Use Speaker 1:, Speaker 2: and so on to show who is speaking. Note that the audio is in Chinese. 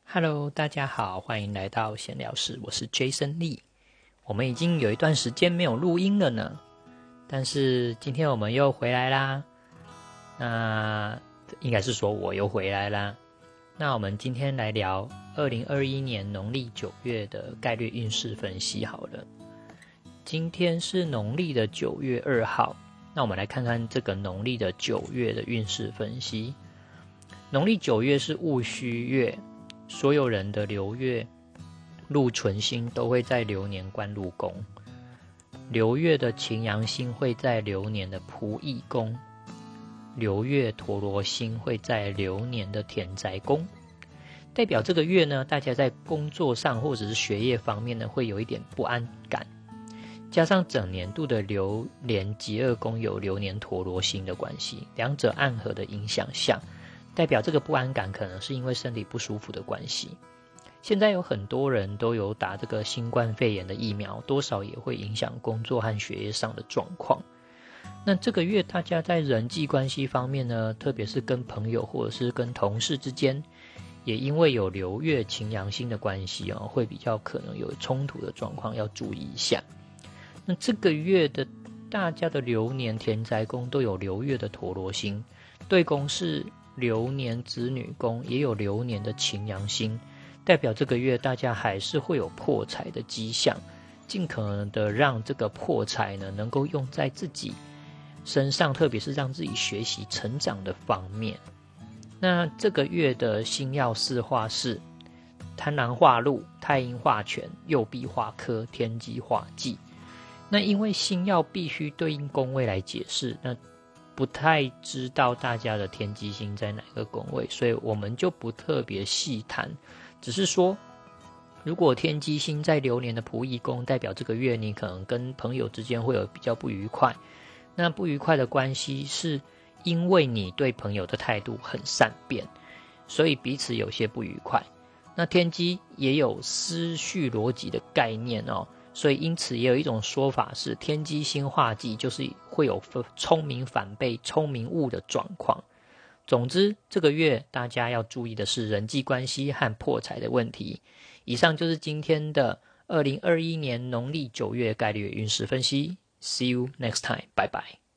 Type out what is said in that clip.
Speaker 1: Hello，大家好，欢迎来到闲聊室，我是 Jason Lee。我们已经有一段时间没有录音了呢，但是今天我们又回来啦。那应该是说我又回来啦。那我们今天来聊2021年农历9月的概率运势分析好了。今天是农历的9月2号，那我们来看看这个农历的9月的运势分析。农历9月是戊戌月，所有人的流月禄存星都会在流年官禄宫，流月的擎羊星会在流年的仆役宫，流月陀罗星会在流年的田宅宫，代表这个月呢，大家在工作上或者是学业方面呢，会有一点不安感，加上整年度的流年疾厄宫有流年陀罗星的关系，两者暗合的影响下，代表这个不安感可能是因为身体不舒服的关系。现在有很多人都有打这个新冠肺炎的疫苗，多少也会影响工作和学业上的状况。那这个月大家在人际关系方面呢，特别是跟朋友或者是跟同事之间，也因为有流月擎羊星的关系会比较可能有冲突的状况，要注意一下。那这个月的大家的流年田宅宫都有流月的陀罗星，对宫是流年子女宫，也有流年的擎羊星，代表这个月大家还是会有破财的迹象，尽可能的让这个破财呢能够用在自己身上，特别是让自己学习成长的方面。那这个月的星曜四化是贪狼化禄、太阴化权、右弼化科、天机化忌。那因为星曜必须对应宫位来解释，那不太知道大家的天机星在哪个宫位，所以我们就不特别细谈，只是说如果天机星在流年的仆役宫，代表这个月你可能跟朋友之间会有比较不愉快，那不愉快的关系是因为你对朋友的态度很善变，所以彼此有些不愉快。那天机也有思绪逻辑的概念所以因此也有一种说法是天机星化忌，就是会有聪明反被聪明误的状况。总之这个月大家要注意的是人际关系和破财的问题。以上就是今天的2021年农历9月概率运势分析。See you next time， 拜拜。